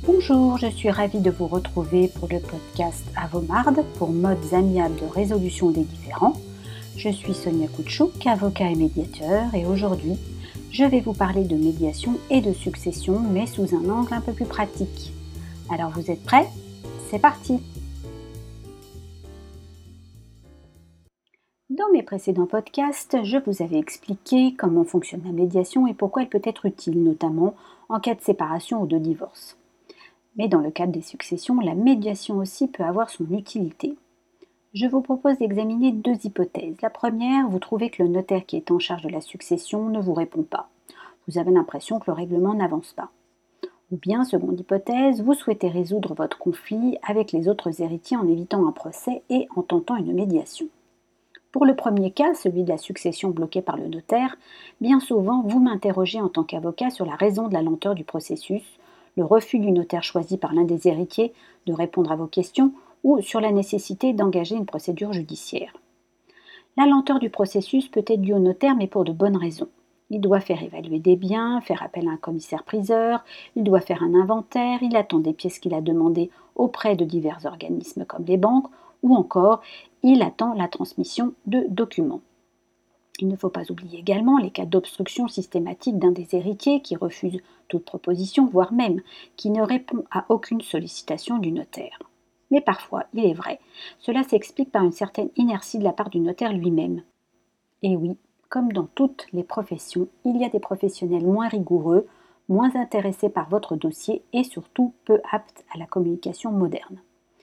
Bonjour, je suis ravie de vous retrouver pour le podcast Avomarde pour modes amiables de résolution des différends. Je suis Sonia Koutchouk, avocat et médiateur, et aujourd'hui, je vais vous parler de médiation et de succession, mais sous un angle un peu plus pratique. Alors vous êtes prêts ? C'est parti ! Dans mes précédents podcasts, je vous avais expliqué comment fonctionne la médiation et pourquoi elle peut être utile, notamment en cas de séparation ou de divorce. Mais dans le cadre des successions, la médiation aussi peut avoir son utilité. Je vous propose d'examiner deux hypothèses. La première, vous trouvez que le notaire qui est en charge de la succession ne vous répond pas. Vous avez l'impression que le règlement n'avance pas. Ou bien, seconde hypothèse, vous souhaitez résoudre votre conflit avec les autres héritiers en évitant un procès et en tentant une médiation. Pour le premier cas, celui de la succession bloquée par le notaire, bien souvent vous m'interrogez en tant qu'avocat sur la raison de la lenteur du processus, le refus du notaire choisi par l'un des héritiers de répondre à vos questions ou sur la nécessité d'engager une procédure judiciaire. La lenteur du processus peut être due au notaire, mais pour de bonnes raisons. Il doit faire évaluer des biens, faire appel à un commissaire-priseur, il doit faire un inventaire, il attend des pièces qu'il a demandées auprès de divers organismes comme les banques, ou encore il attend la transmission de documents. Il ne faut pas oublier également les cas d'obstruction systématique d'un des héritiers qui refuse toute proposition, voire même qui ne répond à aucune sollicitation du notaire. Mais parfois, il est vrai, cela s'explique par une certaine inertie de la part du notaire lui-même. Et oui, comme dans toutes les professions, il y a des professionnels moins rigoureux, moins intéressés par votre dossier et surtout peu aptes à la communication moderne.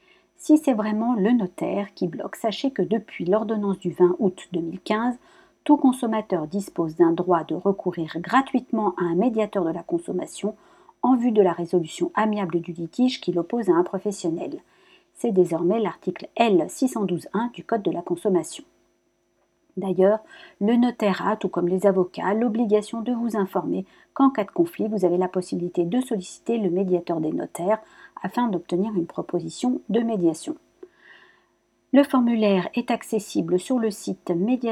Si c'est vraiment le notaire qui bloque, sachez que depuis l'ordonnance du 20 août 2015, tout consommateur dispose d'un droit de recourir gratuitement à un médiateur de la consommation en vue de la résolution amiable du litige qui l'oppose à un professionnel. C'est désormais l'article L612-1 du Code de la consommation. D'ailleurs, le notaire a, tout comme les avocats, l'obligation de vous informer qu'en cas de conflit, vous avez la possibilité de solliciter le médiateur des notaires afin d'obtenir une proposition de médiation. Le formulaire est accessible sur le site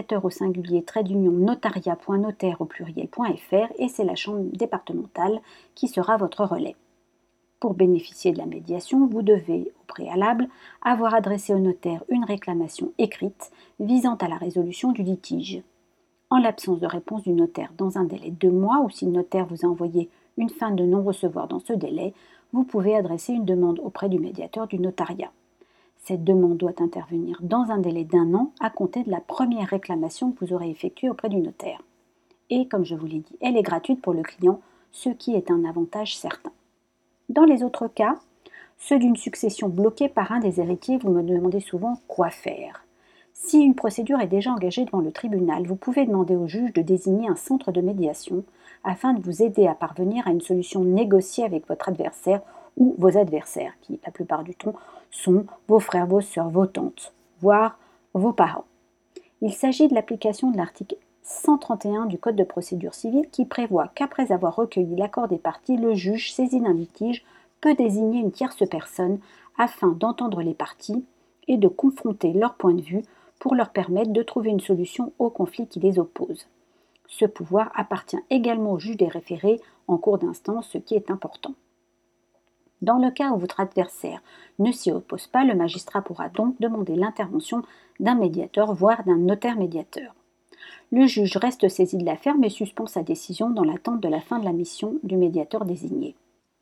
médiateur-notariat.notaire.fr et c'est la chambre départementale qui sera votre relais. Pour bénéficier de la médiation, vous devez, au préalable, avoir adressé au notaire une réclamation écrite visant à la résolution du litige. En l'absence de réponse du notaire dans un délai de 2 mois ou si le notaire vous a envoyé une fin de non-recevoir dans ce délai, vous pouvez adresser une demande auprès du médiateur du notariat. Cette demande doit intervenir dans un délai d'1 an à compter de la première réclamation que vous aurez effectuée auprès du notaire. Et comme je vous l'ai dit, elle est gratuite pour le client, ce qui est un avantage certain. Dans les autres cas, ceux d'une succession bloquée par un des héritiers, vous me demandez souvent quoi faire. Si une procédure est déjà engagée devant le tribunal, vous pouvez demander au juge de désigner un centre de médiation afin de vous aider à parvenir à une solution négociée avec votre adversaire ou vos adversaires, qui la plupart du temps sont vos frères, vos sœurs, vos tantes, voire vos parents. Il s'agit de l'application de l'article 131 du Code de procédure civile qui prévoit qu'après avoir recueilli l'accord des parties, le juge saisi d'un litige peut désigner une tierce personne afin d'entendre les parties et de confronter leur point de vue pour leur permettre de trouver une solution au conflit qui les oppose. Ce pouvoir appartient également au juge des référés en cours d'instance, ce qui est important. Dans le cas où votre adversaire ne s'y oppose pas, le magistrat pourra donc demander l'intervention d'un médiateur, voire d'un notaire médiateur. Le juge reste saisi de l'affaire mais suspend sa décision dans l'attente de la fin de la mission du médiateur désigné.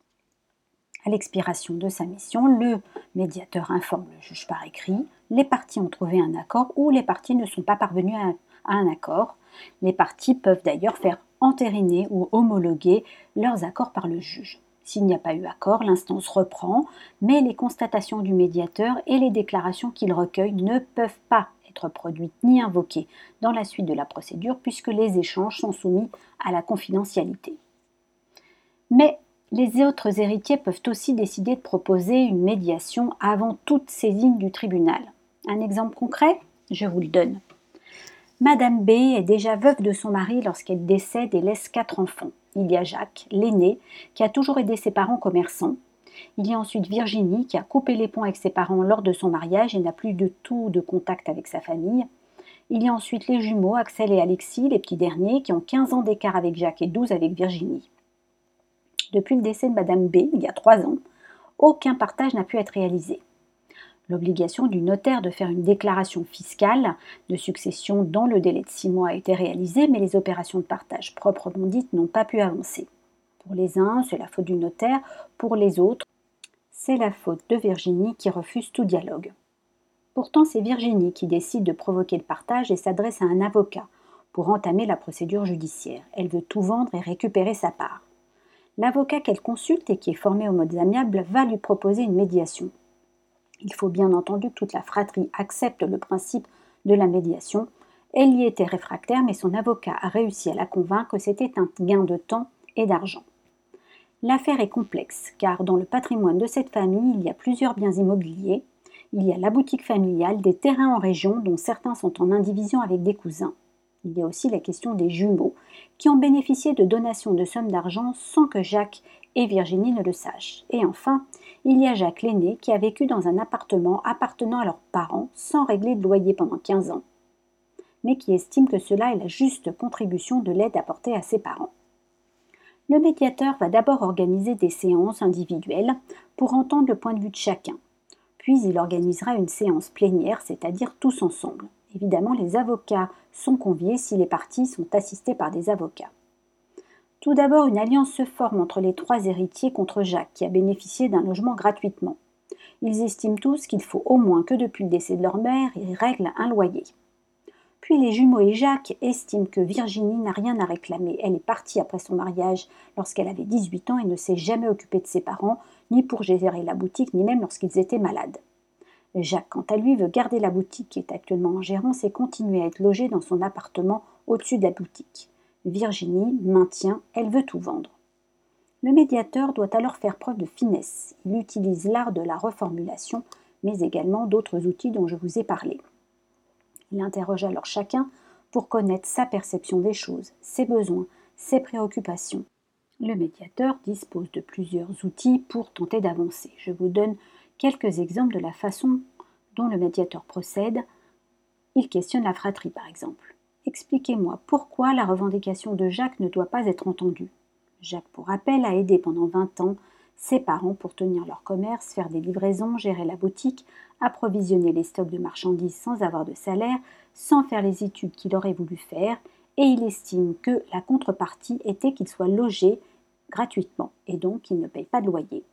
À l'expiration de sa mission, le médiateur informe le juge par écrit, les parties ont trouvé un accord ou les parties ne sont pas parvenues à un accord. Les parties peuvent d'ailleurs faire entériner ou homologuer leurs accords par le juge. S'il n'y a pas eu accord, l'instance reprend, mais les constatations du médiateur et les déclarations qu'il recueille ne peuvent pas être produites ni invoquées dans la suite de la procédure puisque les échanges sont soumis à la confidentialité. Mais les autres héritiers peuvent aussi décider de proposer une médiation avant toute saisine du tribunal. Un exemple concret ? Je vous le donne. Madame B est déjà veuve de son mari lorsqu'elle décède et laisse 4 enfants. Il y a Jacques, l'aîné, qui a toujours aidé ses parents commerçants. Il y a ensuite Virginie, qui a coupé les ponts avec ses parents lors de son mariage et n'a plus du tout de contact avec sa famille. Il y a ensuite les jumeaux, Axel et Alexis, les petits derniers, qui ont 15 ans d'écart avec Jacques et 12 avec Virginie. Depuis le décès de Madame B, il y a 3 ans, aucun partage n'a pu être réalisé. L'obligation du notaire de faire une déclaration fiscale de succession dans le délai de 6 mois a été réalisée, mais les opérations de partage proprement dites n'ont pas pu avancer. Pour les uns, c'est la faute du notaire, pour les autres, c'est la faute de Virginie qui refuse tout dialogue. Pourtant, c'est Virginie qui décide de provoquer le partage et s'adresse à un avocat pour entamer la procédure judiciaire. Elle veut tout vendre et récupérer sa part. L'avocat qu'elle consulte et qui est formé aux modes amiables va lui proposer une médiation. Il faut bien entendu que toute la fratrie accepte le principe de la médiation. Elle y était réfractaire, mais son avocat a réussi à la convaincre que c'était un gain de temps et d'argent. L'affaire est complexe, car dans le patrimoine de cette famille, il y a plusieurs biens immobiliers. Il y a la boutique familiale, des terrains en région, dont certains sont en indivision avec des cousins. Il y a aussi la question des jumeaux, qui ont bénéficié de donations de sommes d'argent sans que Jacques et Virginie ne le sachent. Et enfin, il y a Jacques l'aîné, qui a vécu dans un appartement appartenant à leurs parents, sans régler de loyer pendant 15 ans, mais qui estime que cela est la juste contribution de l'aide apportée à ses parents. Le médiateur va d'abord organiser des séances individuelles pour entendre le point de vue de chacun. Puis il organisera une séance plénière, c'est-à-dire tous ensemble. Évidemment, les avocats sont conviés si les parties sont assistées par des avocats. Tout d'abord, une alliance se forme entre les 3 héritiers contre Jacques, qui a bénéficié d'un logement gratuitement. Ils estiment tous qu'il faut au moins que depuis le décès de leur mère, ils règlent un loyer. Puis les jumeaux et Jacques estiment que Virginie n'a rien à réclamer. Elle est partie après son mariage lorsqu'elle avait 18 ans et ne s'est jamais occupée de ses parents, ni pour gérer la boutique, ni même lorsqu'ils étaient malades. Jacques, quant à lui, veut garder la boutique qui est actuellement en gérance et continuer à être logé dans son appartement au-dessus de la boutique. Virginie maintient, elle veut tout vendre. Le médiateur doit alors faire preuve de finesse. Il utilise l'art de la reformulation, mais également d'autres outils dont je vous ai parlé. Il interroge alors chacun pour connaître sa perception des choses, ses besoins, ses préoccupations. Le médiateur dispose de plusieurs outils pour tenter d'avancer. Je vous donne quelques exemples de la façon dont le médiateur procède. Il questionne la fratrie, par exemple. Expliquez-moi pourquoi la revendication de Jacques ne doit pas être entendue. Jacques, pour rappel, a aidé pendant 20 ans ses parents pour tenir leur commerce, faire des livraisons, gérer la boutique, approvisionner les stocks de marchandises sans avoir de salaire, sans faire les études qu'il aurait voulu faire, et il estime que la contrepartie était qu'il soit logé gratuitement, et donc qu'il ne paye pas de loyer.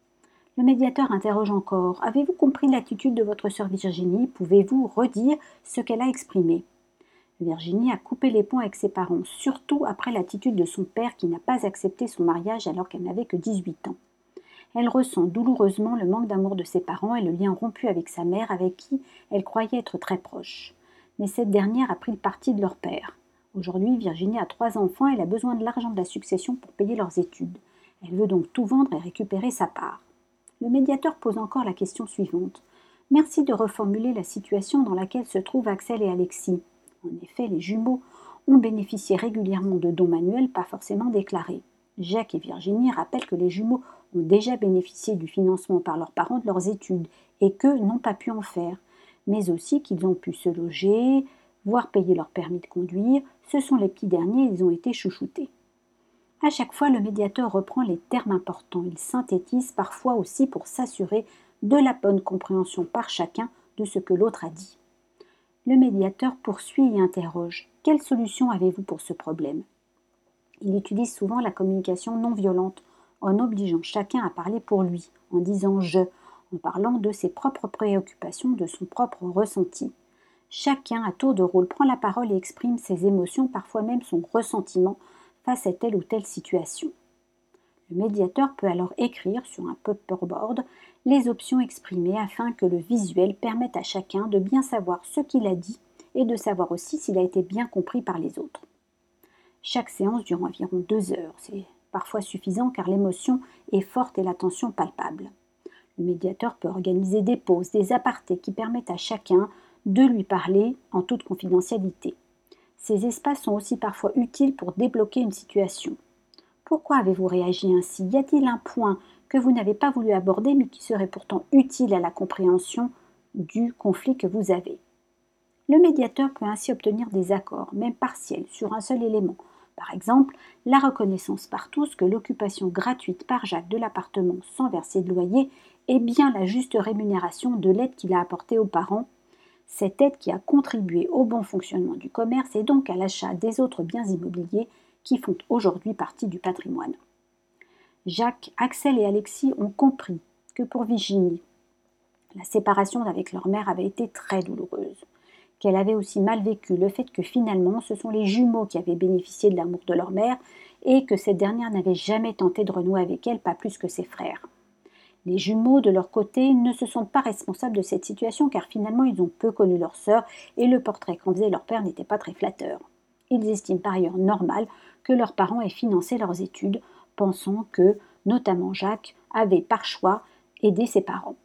Le médiateur interroge encore. Avez-vous compris l'attitude de votre sœur Virginie? Pouvez-vous redire ce qu'elle a exprimé? Virginie a coupé les ponts avec ses parents, surtout après l'attitude de son père qui n'a pas accepté son mariage alors qu'elle n'avait que 18 ans. Elle ressent douloureusement le manque d'amour de ses parents et le lien rompu avec sa mère avec qui elle croyait être très proche. Mais cette dernière a pris le parti de leur père. Aujourd'hui, Virginie a 3 enfants et elle a besoin de l'argent de la succession pour payer leurs études. Elle veut donc tout vendre et récupérer sa part. Le médiateur pose encore la question suivante. Merci de reformuler la situation dans laquelle se trouvent Axel et Alexis. En effet, les jumeaux ont bénéficié régulièrement de dons manuels pas forcément déclarés. Jacques et Virginie rappellent que les jumeaux ont déjà bénéficié du financement par leurs parents de leurs études et qu'eux n'ont pas pu en faire, mais aussi qu'ils ont pu se loger, voire payer leur permis de conduire. Ce sont les petits derniers, ils ont été chouchoutés. À chaque fois, le médiateur reprend les termes importants. Il synthétise parfois aussi pour s'assurer de la bonne compréhension par chacun de ce que l'autre a dit. Le médiateur poursuit et interroge. Quelle solution avez-vous pour ce problème? Il utilise souvent la communication non violente, en obligeant chacun à parler pour lui, en disant « je », en parlant de ses propres préoccupations, de son propre ressenti. Chacun, à tour de rôle, prend la parole et exprime ses émotions, parfois même son ressentiment, face à telle ou telle situation. Le médiateur peut alors écrire sur un paperboard les options exprimées afin que le visuel permette à chacun de bien savoir ce qu'il a dit et de savoir aussi s'il a été bien compris par les autres. Chaque séance dure environ 2 heures. C'est parfois suffisant car l'émotion est forte et la tension palpable. Le médiateur peut organiser des pauses, des apartés qui permettent à chacun de lui parler en toute confidentialité. Ces espaces sont aussi parfois utiles pour débloquer une situation. Pourquoi avez-vous réagi ainsi? Y a-t-il un point que vous n'avez pas voulu aborder mais qui serait pourtant utile à la compréhension du conflit que vous avez? Le médiateur peut ainsi obtenir des accords, même partiels, sur un seul élément, Par exemple, la reconnaissance par tous que l'occupation gratuite par Jacques de l'appartement sans verser de loyer est bien la juste rémunération de l'aide qu'il a apportée aux parents, cette aide qui a contribué au bon fonctionnement du commerce et donc à l'achat des autres biens immobiliers qui font aujourd'hui partie du patrimoine. Jacques, Axel et Alexis ont compris que pour Virginie, la séparation avec leur mère avait été très douloureuse, qu'elle avait aussi mal vécu le fait que finalement ce sont les jumeaux qui avaient bénéficié de l'amour de leur mère et que cette dernière n'avait jamais tenté de renouer avec elle, pas plus que ses frères. Les jumeaux, de leur côté, ne se sentent pas responsables de cette situation car finalement ils ont peu connu leur sœur et le portrait qu'en faisait leur père n'était pas très flatteur. Ils estiment par ailleurs normal que leurs parents aient financé leurs études, pensant que, notamment Jacques, avait par choix aidé ses parents.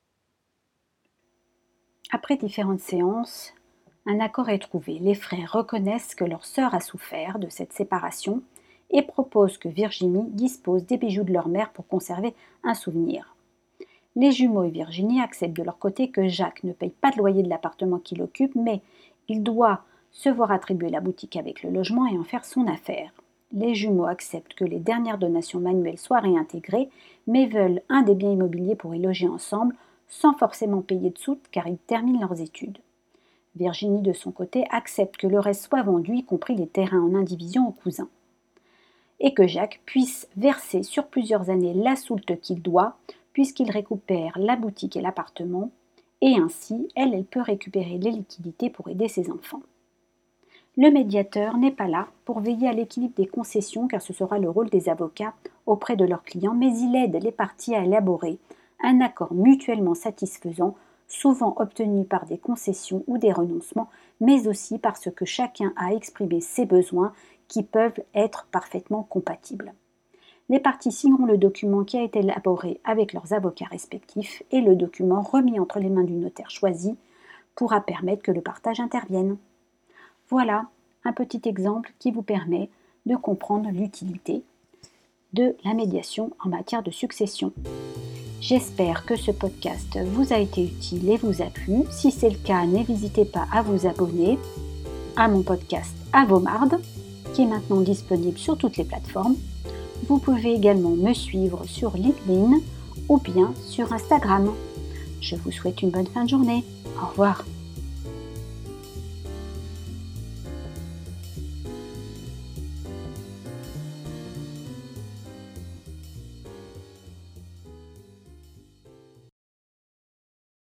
Après différentes séances, un accord est trouvé. Les frères reconnaissent que leur sœur a souffert de cette séparation et proposent que Virginie dispose des bijoux de leur mère pour conserver un souvenir. Les jumeaux et Virginie acceptent de leur côté que Jacques ne paye pas de loyer de l'appartement qu'il occupe, mais il doit se voir attribuer la boutique avec le logement et en faire son affaire. Les jumeaux acceptent que les dernières donations manuelles soient réintégrées, mais veulent un des biens immobiliers pour y loger ensemble, sans forcément payer de soute car ils terminent leurs études. Virginie, de son côté, accepte que le reste soit vendu, y compris les terrains en indivision aux cousins, et que Jacques puisse verser sur plusieurs années la soulte qu'il doit, puisqu'il récupère la boutique et l'appartement, et ainsi, elle peut récupérer les liquidités pour aider ses enfants. Le médiateur n'est pas là pour veiller à l'équilibre des concessions, car ce sera le rôle des avocats auprès de leurs clients, mais il aide les parties à élaborer un accord mutuellement satisfaisant, souvent obtenu par des concessions ou des renoncements, mais aussi parce que chacun a exprimé ses besoins qui peuvent être parfaitement compatibles. Les parties signeront le document qui a été élaboré avec leurs avocats respectifs et le document remis entre les mains du notaire choisi pourra permettre que le partage intervienne. Voilà un petit exemple qui vous permet de comprendre l'utilité de la médiation en matière de succession. J'espère que ce podcast vous a été utile et vous a plu. Si c'est le cas, n'hésitez pas à vous abonner à mon podcast Avomarde, qui est maintenant disponible sur toutes les plateformes. Vous pouvez également me suivre sur LinkedIn ou bien sur Instagram. Je vous souhaite une bonne fin de journée. Au revoir.